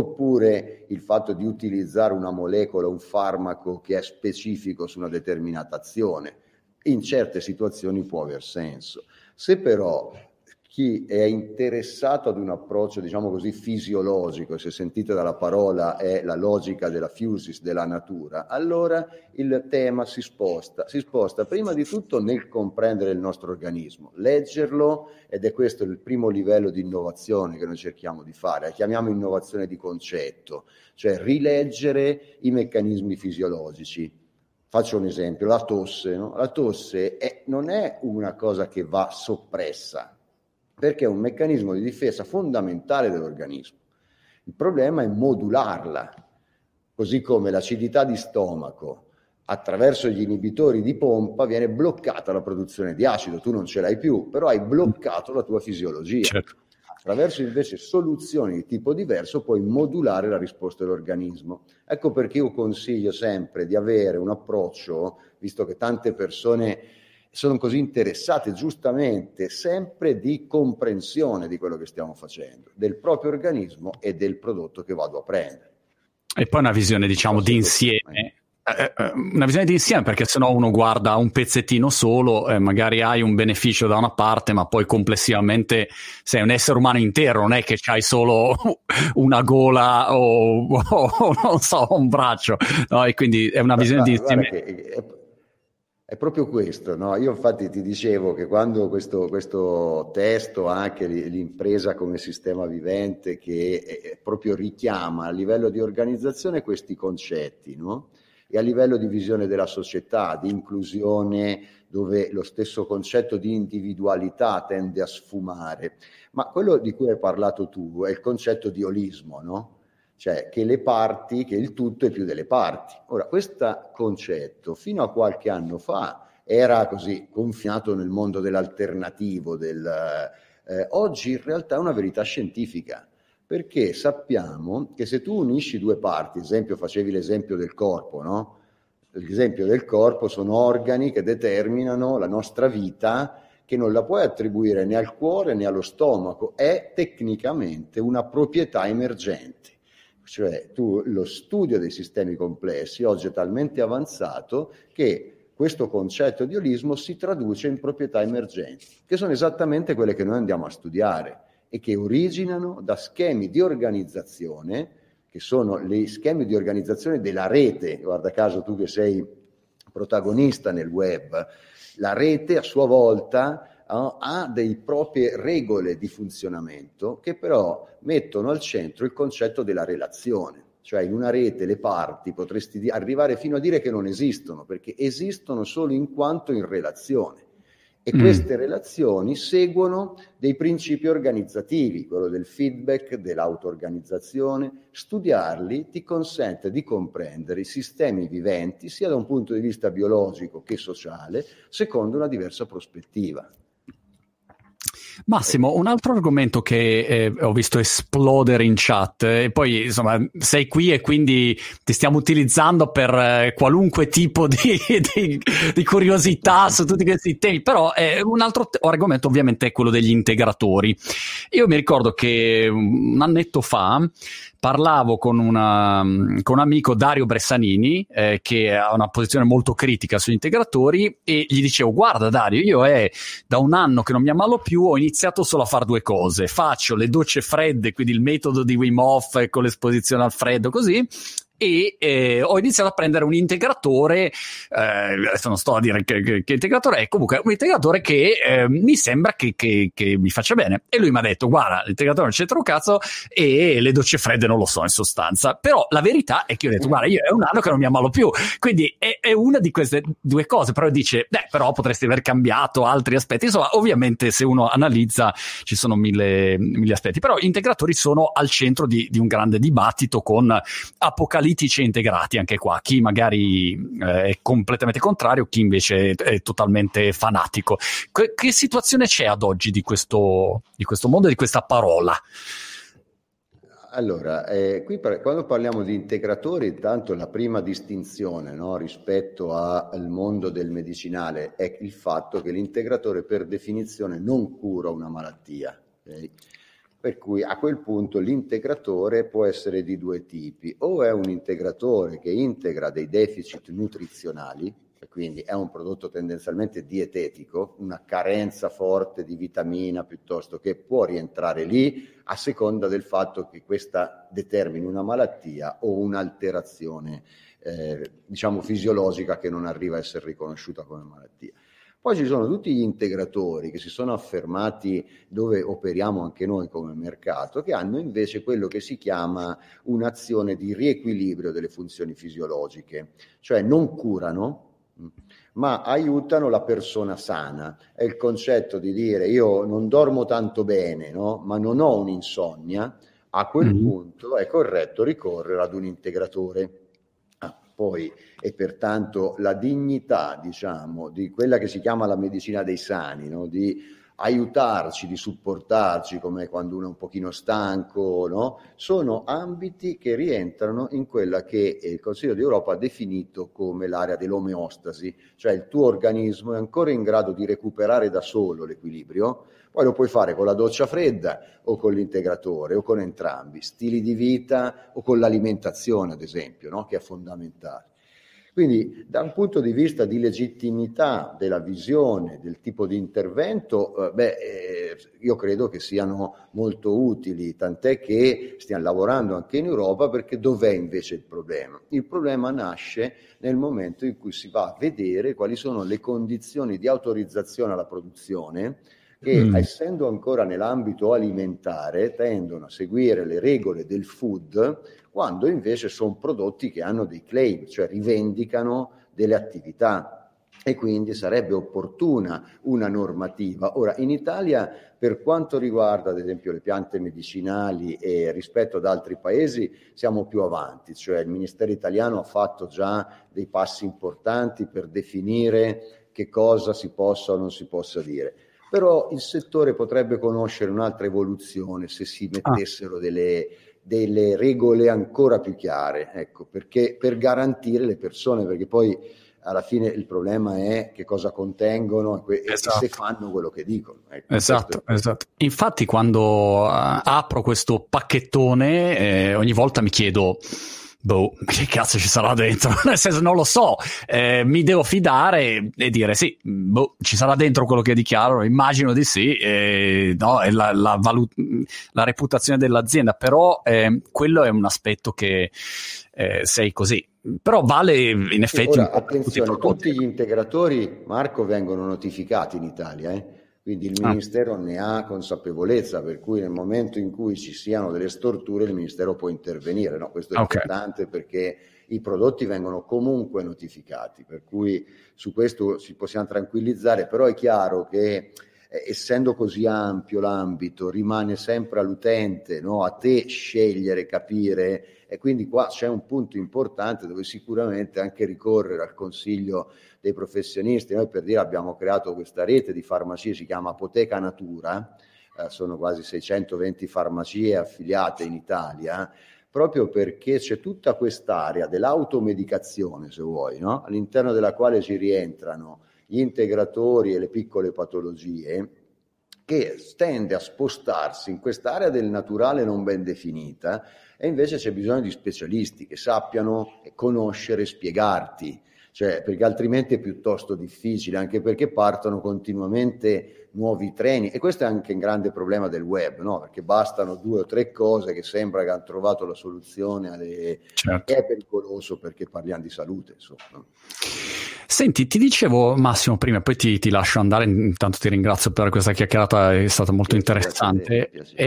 Oppure il fatto di utilizzare una molecola, un farmaco che è specifico su una determinata azione, in certe situazioni può aver senso. Se però chi è interessato ad un approccio, diciamo così, fisiologico, se sentite dalla parola è la logica della physis, della natura, allora il tema si sposta prima di tutto nel comprendere il nostro organismo, leggerlo, ed è questo il primo livello di innovazione che noi cerchiamo di fare, la chiamiamo innovazione di concetto, cioè rileggere i meccanismi fisiologici. Faccio un esempio, la tosse, no? La tosse non è una cosa che va soppressa, perché è un meccanismo di difesa fondamentale dell'organismo. Il problema è modularla, così come l'acidità di stomaco attraverso gli inibitori di pompa viene bloccata la produzione di acido, tu non ce l'hai più, però hai bloccato la tua fisiologia. Certo. Attraverso invece soluzioni di tipo diverso puoi modulare la risposta dell'organismo. Ecco perché io consiglio sempre di avere un approccio, visto che tante persone sono così interessate giustamente, sempre di comprensione di quello che stiamo facendo, del proprio organismo e del prodotto che vado a prendere. E poi una visione, diciamo, di insieme. Una visione di insieme, perché sennò uno guarda un pezzettino solo, magari hai un beneficio da una parte, ma poi complessivamente sei un essere umano intero, non è che c'hai solo una gola o non so, un braccio, no? E quindi è una visione di insieme. È proprio questo, no? Io infatti ti dicevo che quando questo testo, anche l'impresa come sistema vivente, che proprio richiama a livello di organizzazione questi concetti, no? e a livello di visione della società, di inclusione, dove lo stesso concetto di individualità tende a sfumare. Ma quello di cui hai parlato tu è il concetto di olismo, no? Cioè che le parti, che il tutto è più delle parti. Ora, questo concetto fino a qualche anno fa era così confinato nel mondo dell'alternativo, oggi in realtà è una verità scientifica, perché sappiamo che se tu unisci due parti, esempio, facevi l'esempio del corpo, no? L'esempio del corpo sono organi che determinano la nostra vita, che non la puoi attribuire né al cuore né allo stomaco, è tecnicamente una proprietà emergente. Cioè lo studio dei sistemi complessi oggi è talmente avanzato che questo concetto di olismo si traduce in proprietà emergenti, che sono esattamente quelle che noi andiamo a studiare e che originano da schemi di organizzazione, che sono gli schemi di organizzazione della rete. Guarda caso tu che sei protagonista nel web, la rete a sua volta ha delle proprie regole di funzionamento che però mettono al centro il concetto della relazione. Cioè in una rete le parti potresti arrivare fino a dire che non esistono, perché esistono solo in quanto in relazione. E queste relazioni seguono dei principi organizzativi, quello del feedback, dell'auto-organizzazione. Studiarli ti consente di comprendere i sistemi viventi, sia da un punto di vista biologico che sociale, secondo una diversa prospettiva. Massimo, un altro argomento che ho visto esplodere in chat, e poi insomma sei qui e quindi ti stiamo utilizzando per qualunque tipo di curiosità su tutti questi temi, però un altro argomento ovviamente è quello degli integratori. Io mi ricordo che un annetto fa parlavo con un amico, Dario Bressanini, che ha una posizione molto critica sugli integratori, e gli dicevo: guarda Dario, io è da un anno che non mi ammalo più, ho iniziato solo a fare due cose: faccio le docce fredde, quindi il metodo di Wim Hof con l'esposizione al freddo così, e ho iniziato a prendere un integratore, adesso non sto a dire che integratore è, comunque un integratore che mi sembra che mi faccia bene. E lui mi ha detto: guarda, l'integratore non c'entra un cazzo e le docce fredde non lo so in sostanza. Però la verità è che io ho detto: guarda, io è un anno che non mi ammalo più, quindi è una di queste due cose. Però dice: però potresti aver cambiato altri aspetti. Insomma, ovviamente se uno analizza ci sono mille aspetti, però gli integratori sono al centro di un grande dibattito, con apocalittici e integrati anche qua, chi magari è completamente contrario, chi invece è totalmente fanatico. Che situazione c'è ad oggi di questo mondo e di questa parola? Allora, qui quando parliamo di integratori, intanto la prima distinzione, no, rispetto al mondo del medicinale è il fatto che l'integratore per definizione non cura una malattia, okay? Per cui a quel punto l'integratore può essere di due tipi: o è un integratore che integra dei deficit nutrizionali, e quindi è un prodotto tendenzialmente dietetico, una carenza forte di vitamina piuttosto che può rientrare lì a seconda del fatto che questa determini una malattia o un'alterazione diciamo fisiologica che non arriva a essere riconosciuta come malattia. Poi ci sono tutti gli integratori che si sono affermati, dove operiamo anche noi come mercato, che hanno invece quello che si chiama un'azione di riequilibrio delle funzioni fisiologiche, cioè non curano, ma aiutano la persona sana. È il concetto di dire: io non dormo tanto bene, no? Ma non ho un'insonnia. A quel punto è corretto ricorrere ad un integratore. Poi, e pertanto la dignità, diciamo, di quella che si chiama la medicina dei sani, no? Di aiutarci, di supportarci, come quando uno è un pochino stanco, no? Sono ambiti che rientrano in quella che il Consiglio d'Europa ha definito come l'area dell'omeostasi, cioè il tuo organismo è ancora in grado di recuperare da solo l'equilibrio. Poi lo puoi fare con la doccia fredda o con l'integratore o con entrambi, stili di vita o con l'alimentazione, ad esempio, no? Che è fondamentale. Quindi da un punto di vista di legittimità della visione del tipo di intervento, io credo che siano molto utili, tant'è che stiamo lavorando anche in Europa, perché dov'è invece il problema? Il problema nasce nel momento in cui si va a vedere quali sono le condizioni di autorizzazione alla produzione che essendo ancora nell'ambito alimentare tendono a seguire le regole del food, quando invece sono prodotti che hanno dei claim, cioè rivendicano delle attività, e quindi sarebbe opportuna una normativa. Ora, in Italia, per quanto riguarda ad esempio le piante medicinali e rispetto ad altri paesi, siamo più avanti, cioè il Ministero italiano ha fatto già dei passi importanti per definire che cosa si possa o non si possa dire. Però il settore potrebbe conoscere un'altra evoluzione se si mettessero delle regole ancora più chiare, ecco, perché per garantire le persone, perché poi alla fine il problema è che cosa contengono e se fanno quello che dicono. Ecco, esatto. Infatti quando apro questo pacchettone ogni volta mi chiedo che cazzo ci sarà dentro? Nel senso, non lo so, mi devo fidare e dire sì, ci sarà dentro quello che dichiaro, immagino di sì, no, è la reputazione dell'azienda, però quello è un aspetto che sei così. Però vale in effetti. Ora, attenzione, tutti gli integratori, Marco, vengono notificati in Italia, quindi il Ministero ne ha consapevolezza, per cui nel momento in cui ci siano delle storture il Ministero può intervenire, no? Questo è importante perché i prodotti vengono comunque notificati, per cui su questo ci possiamo tranquillizzare, però è chiaro che essendo così ampio l'ambito rimane sempre all'utente, no? A te scegliere, capire, e quindi qua c'è un punto importante dove sicuramente anche ricorrere al consiglio dei professionisti. Noi, per dire, abbiamo creato questa rete di farmacie, si chiama Apoteca Natura, sono quasi 620 farmacie affiliate in Italia, proprio perché c'è tutta quest'area dell'automedicazione, se vuoi, no? All'interno della quale ci rientrano gli integratori e le piccole patologie, che tende a spostarsi in quest'area del naturale non ben definita, e invece c'è bisogno di specialisti che sappiano conoscere e spiegarti, cioè, perché altrimenti è piuttosto difficile, anche perché partono continuamente nuovi treni, e questo è anche un grande problema del web, no? Perché bastano 2 o 3 cose che sembra che hanno trovato la soluzione e è pericoloso perché parliamo di salute, insomma. Senti, ti dicevo, Massimo, prima, poi ti lascio andare, intanto ti ringrazio per questa chiacchierata, è stata molto interessante.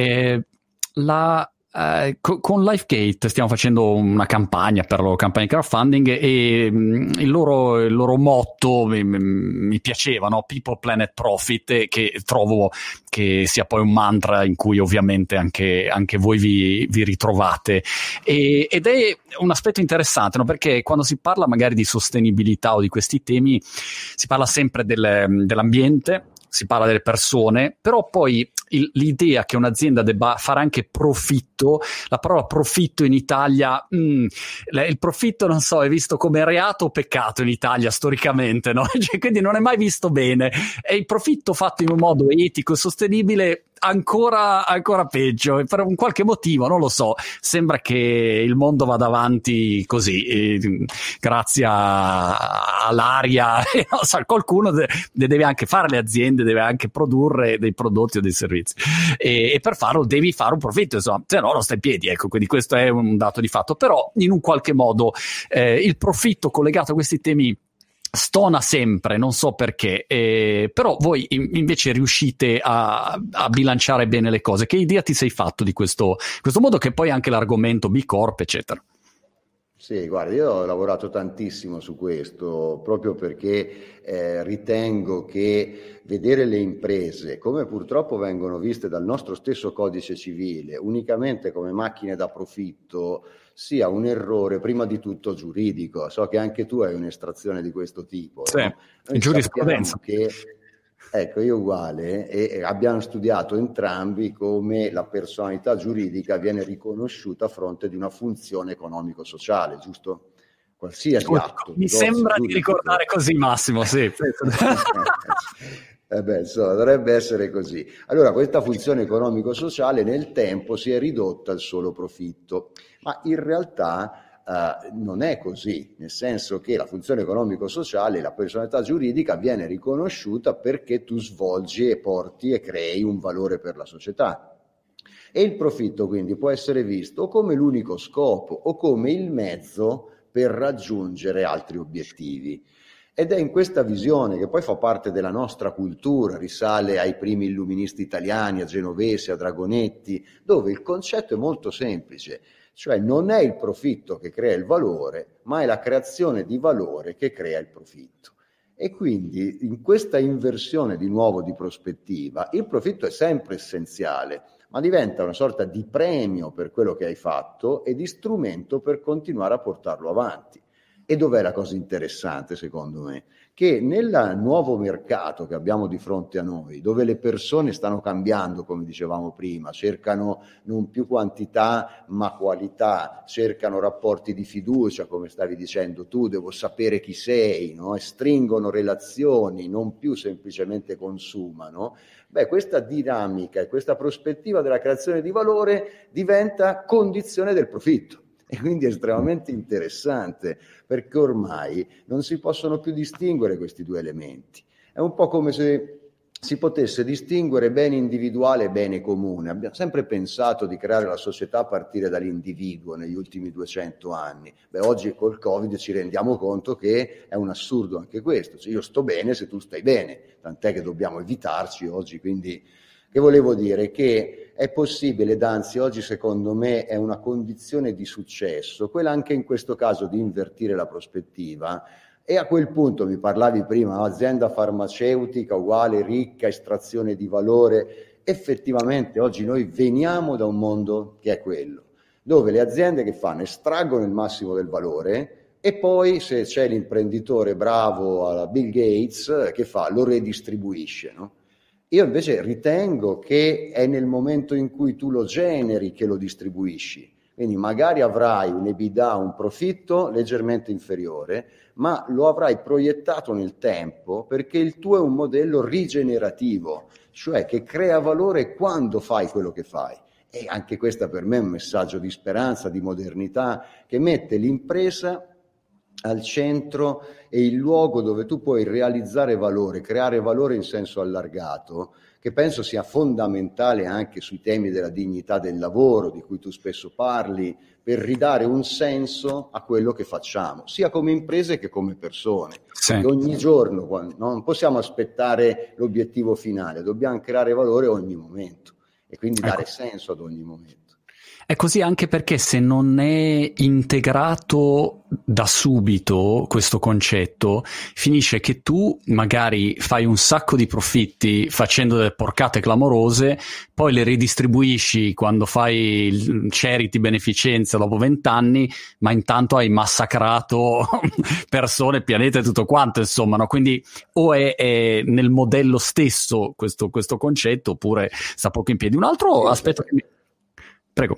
Con LifeGate stiamo facendo una campagna per la loro campagna di crowdfunding e il loro motto mi piaceva, no? People, Planet, Profit, che trovo che sia poi un mantra in cui ovviamente anche voi vi ritrovate, ed è un aspetto interessante, no? Perché quando si parla magari di sostenibilità o di questi temi si parla sempre dell'ambiente, si parla delle persone, però poi l'idea che un'azienda debba fare anche profitto, la parola profitto in Italia, il profitto, non so, è visto come reato o peccato in Italia storicamente, no? Cioè, quindi non è mai visto bene, e il profitto fatto in un modo etico e sostenibile ancora peggio, e per un qualche motivo, non lo so, sembra che il mondo vada avanti così, grazie all'aria, non so, qualcuno deve anche fare, le aziende deve anche produrre dei prodotti o dei servizi, e per farlo devi fare un profitto, insomma, se no non stai in piedi, ecco, quindi questo è un dato di fatto. Però in un qualche modo il profitto collegato a questi temi stona sempre, non so perché, però voi invece riuscite a bilanciare bene le cose. Che idea ti sei fatto di questo modo, che poi è anche l'argomento B Corp, eccetera? Sì, guarda, io ho lavorato tantissimo su questo, proprio perché ritengo che vedere le imprese, come purtroppo vengono viste dal nostro stesso codice civile, unicamente come macchine da profitto, sia un errore prima di tutto giuridico. So che anche tu hai un'estrazione di questo tipo. Sì, no? Noi giurisprudenza. Ecco, io uguale, e abbiamo studiato entrambi come la personalità giuridica viene riconosciuta a fronte di una funzione economico-sociale, giusto? Qualsiasi atto. Mi sembra di ricordare così, Massimo, sì. Insomma, dovrebbe essere così. Allora, questa funzione economico-sociale nel tempo si è ridotta al solo profitto, ma in realtà non è così, nel senso che la funzione economico-sociale, la personalità giuridica, viene riconosciuta perché tu svolgi e porti e crei un valore per la società. E il profitto quindi può essere visto o come l'unico scopo o come il mezzo per raggiungere altri obiettivi. Ed è in questa visione, che poi fa parte della nostra cultura, risale ai primi illuministi italiani, a Genovesi, a Dragonetti, dove il concetto è molto semplice, cioè non è il profitto che crea il valore, ma è la creazione di valore che crea il profitto. E quindi in questa inversione di nuovo di prospettiva, il profitto è sempre essenziale, ma diventa una sorta di premio per quello che hai fatto e di strumento per continuare a portarlo avanti. E dov'è la cosa interessante, secondo me? Che nel nuovo mercato che abbiamo di fronte a noi, dove le persone stanno cambiando, come dicevamo prima, cercano non più quantità ma qualità, cercano rapporti di fiducia, come stavi dicendo tu, devo sapere chi sei, no? E stringono relazioni, non più semplicemente consumano. Beh, questa dinamica e questa prospettiva della creazione di valore diventa condizione del profitto. E quindi è estremamente interessante, perché ormai non si possono più distinguere questi due elementi. È un po' come se si potesse distinguere bene individuale e bene comune. Abbiamo sempre pensato di creare la società a partire dall'individuo negli ultimi 200 anni. Beh, oggi col Covid ci rendiamo conto che è un assurdo anche questo. Cioè, io sto bene se tu stai bene, tant'è che dobbiamo evitarci oggi, quindi... Che volevo dire? Che è possibile, ed anzi oggi secondo me è una condizione di successo, quella anche in questo caso di invertire la prospettiva, e a quel punto mi parlavi prima, azienda farmaceutica uguale ricca, estrazione di valore, effettivamente oggi noi veniamo da un mondo che è quello, dove le aziende che fanno estraggono il massimo del valore e poi se c'è l'imprenditore bravo alla Bill Gates che fa? Lo redistribuisce, no? Io invece ritengo che è nel momento in cui tu lo generi che lo distribuisci, quindi magari avrai un EBITDA, un profitto leggermente inferiore, ma lo avrai proiettato nel tempo perché il tuo è un modello rigenerativo, cioè che crea valore quando fai quello che fai. E anche questo per me è un messaggio di speranza, di modernità, che mette l'impresa al centro e il luogo dove tu puoi realizzare valore, creare valore in senso allargato, che penso sia fondamentale anche sui temi della dignità del lavoro, di cui tu spesso parli, per ridare un senso a quello che facciamo, sia come imprese che come persone. Sì. Perché ogni giorno non possiamo aspettare l'obiettivo finale, dobbiamo creare valore ogni momento e quindi dare senso ad ogni momento. È così anche perché se non è integrato da subito questo concetto, finisce che tu magari fai un sacco di profitti facendo delle porcate clamorose, poi le ridistribuisci quando fai il charity beneficenza dopo 20 anni, ma intanto hai massacrato persone, pianeta e tutto quanto, insomma, no? Quindi o è nel modello stesso questo concetto, oppure sta poco in piedi. Un altro aspetto che Prego.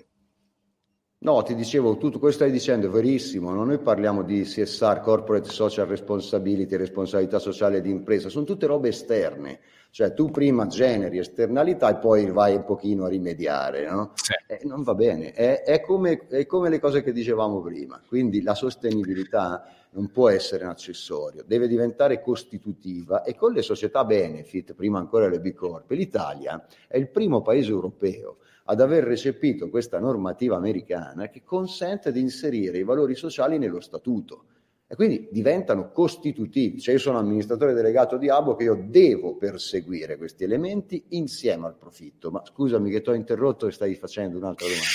No, ti dicevo, tutto questo stai dicendo è verissimo, no? Noi parliamo di CSR, Corporate Social Responsibility, responsabilità sociale di impresa, sono tutte robe esterne, cioè tu prima generi esternalità e poi vai un pochino a rimediare, no? Sì. Non va bene, è come le cose che dicevamo prima, quindi la sostenibilità non può essere un accessorio, deve diventare costitutiva e con le società benefit, prima ancora le B Corp, l'Italia è il primo paese europeo ad aver recepito questa normativa americana che consente di inserire i valori sociali nello statuto e quindi diventano costitutivi. Cioè io sono amministratore delegato di ABO che io devo perseguire questi elementi insieme al profitto. Ma scusami che ti ho interrotto e stai facendo un'altra domanda.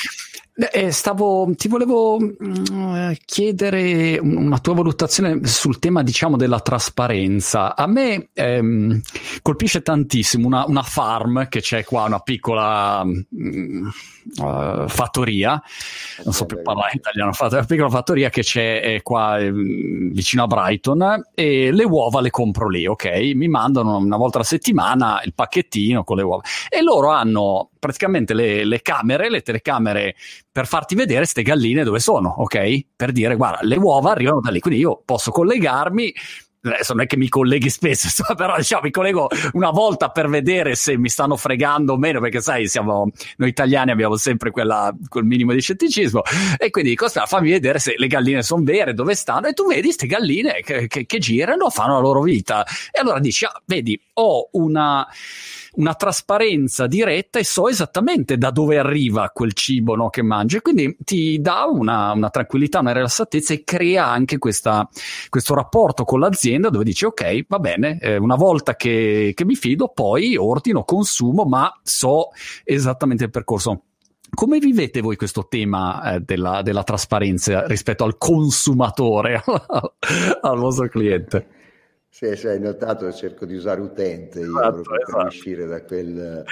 Ti volevo chiedere una tua valutazione sul tema, diciamo, della trasparenza. A me colpisce tantissimo una farm che c'è qua, una piccola fattoria, non so più parlare italiano, una piccola fattoria che c'è qua vicino a Brighton, e le uova le compro lì, ok? Mi mandano una volta alla settimana il pacchettino con le uova e loro hanno praticamente le telecamere per farti vedere ste galline dove sono, ok? Per dire, guarda, le uova arrivano da lì, quindi io posso collegarmi. Adesso non è che mi colleghi spesso, insomma, però diciamo mi collego una volta per vedere se mi stanno fregando o meno, perché sai, noi italiani abbiamo sempre quel minimo di scetticismo, e quindi dico, fammi vedere se le galline sono vere, dove stanno, e tu vedi queste galline che girano, fanno la loro vita, e allora dici, vedi, ho una trasparenza diretta e so esattamente da dove arriva quel cibo, no, che mangi, e quindi ti dà una tranquillità, una rilassatezza, e crea anche questo rapporto con l'azienda un'azienda dove dici ok, va bene, una volta che mi fido poi ordino, consumo, ma so esattamente il percorso. Come vivete voi questo tema della trasparenza rispetto al consumatore, al vostro cliente? Sì, hai notato, cerco di usare utente io proprio per uscire da quello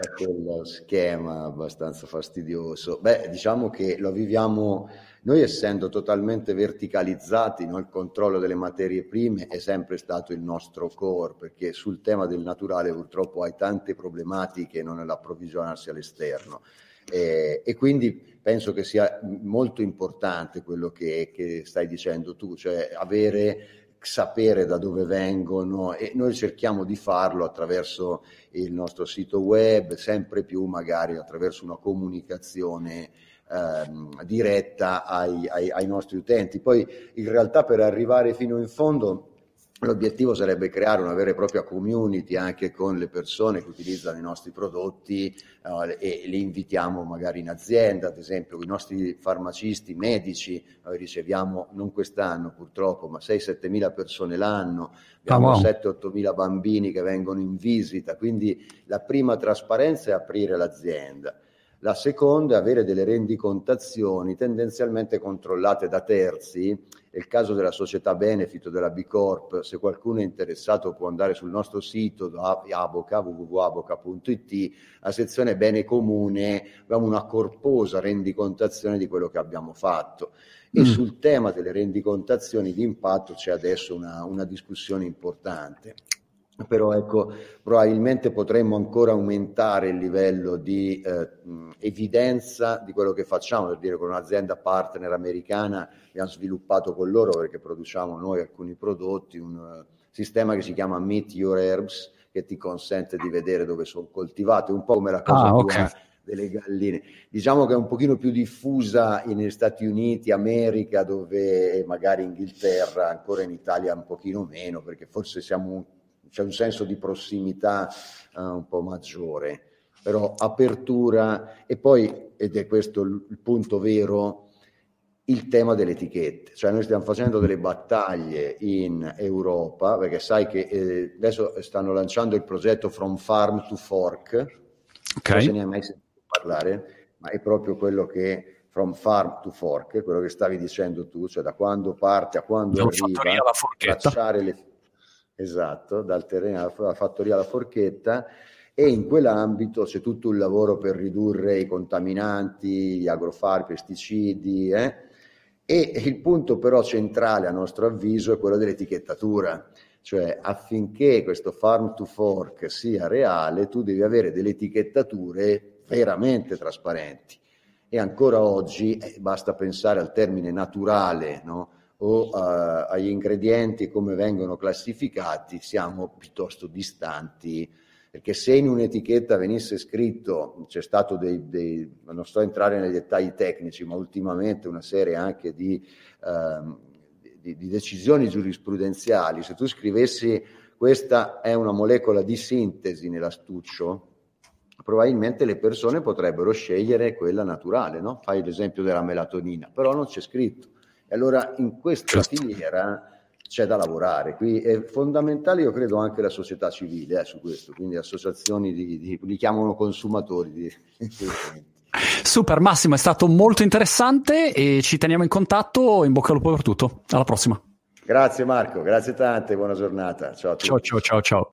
schema abbastanza fastidioso. Beh, diciamo che lo viviamo noi, essendo totalmente verticalizzati, no? Il controllo delle materie prime è sempre stato il nostro core, perché sul tema del naturale purtroppo hai tante problematiche non nell'approvvigionarsi all'esterno. E quindi penso che sia molto importante quello che stai dicendo tu, cioè sapere da dove vengono, e noi cerchiamo di farlo attraverso il nostro sito web, sempre più magari attraverso una comunicazione diretta ai nostri utenti. Poi in realtà, per arrivare fino in fondo, l'obiettivo sarebbe creare una vera e propria community anche con le persone che utilizzano i nostri prodotti, e li invitiamo magari in azienda. Ad esempio, i nostri farmacisti, medici, noi riceviamo, non quest'anno purtroppo, ma 6-7 mila persone l'anno, abbiamo 7-8 mila bambini che vengono in visita, quindi la prima trasparenza è aprire l'azienda. La seconda è avere delle rendicontazioni tendenzialmente controllate da terzi. Nel caso della società Benefit o della B Corp, se qualcuno è interessato può andare sul nostro sito Aboca, www.aboca.it, la sezione Bene Comune, abbiamo una corposa rendicontazione di quello che abbiamo fatto. E sul tema delle rendicontazioni di impatto c'è adesso una discussione importante. Però ecco, probabilmente potremmo ancora aumentare il livello di evidenza di quello che facciamo. Per dire, con un'azienda partner americana abbiamo sviluppato con loro, perché produciamo noi alcuni prodotti, un sistema che si chiama Meet Your Herbs, che ti consente di vedere dove sono coltivate, un po' come la cosa tua delle galline. Diciamo che è un pochino più diffusa negli Stati Uniti, America, dove magari Inghilterra, ancora in Italia un pochino meno, perché forse c'è un senso di prossimità un po' maggiore, però apertura. E poi, ed è questo il punto vero, il tema delle etichette. Cioè noi stiamo facendo delle battaglie in Europa, perché sai che adesso stanno lanciando il progetto From Farm to Fork, non se ne hai mai sentito parlare, ma è proprio quello che From Farm to Fork, quello che stavi dicendo tu, cioè da quando parte a quando arriva, tracciare esatto, dal terreno alla fattoria alla forchetta. E in quell'ambito c'è tutto un lavoro per ridurre i contaminanti, gli agrofarmaci, pesticidi, E il punto però centrale, a nostro avviso, è quello dell'etichettatura. Cioè, affinché questo farm to fork sia reale, tu devi avere delle etichettature veramente trasparenti. E ancora oggi basta pensare al termine naturale, no? O agli ingredienti, come vengono classificati, siamo piuttosto distanti, perché se in un'etichetta venisse scritto, c'è stato non sto a entrare nei dettagli tecnici, ma ultimamente una serie anche di decisioni giurisprudenziali, se tu scrivessi questa è una molecola di sintesi nell'astuccio, probabilmente le persone potrebbero scegliere quella naturale, no? Fai l'esempio della melatonina, però non c'è scritto. E allora in questa filiera c'è da lavorare. Qui è fondamentale, io credo, anche la società civile su questo, quindi associazioni li chiamano consumatori. Super Massimo, è stato molto interessante e ci teniamo in contatto. In bocca al lupo per tutto. Alla prossima. Grazie Marco, grazie tante, buona giornata. Ciao a tutti. Ciao.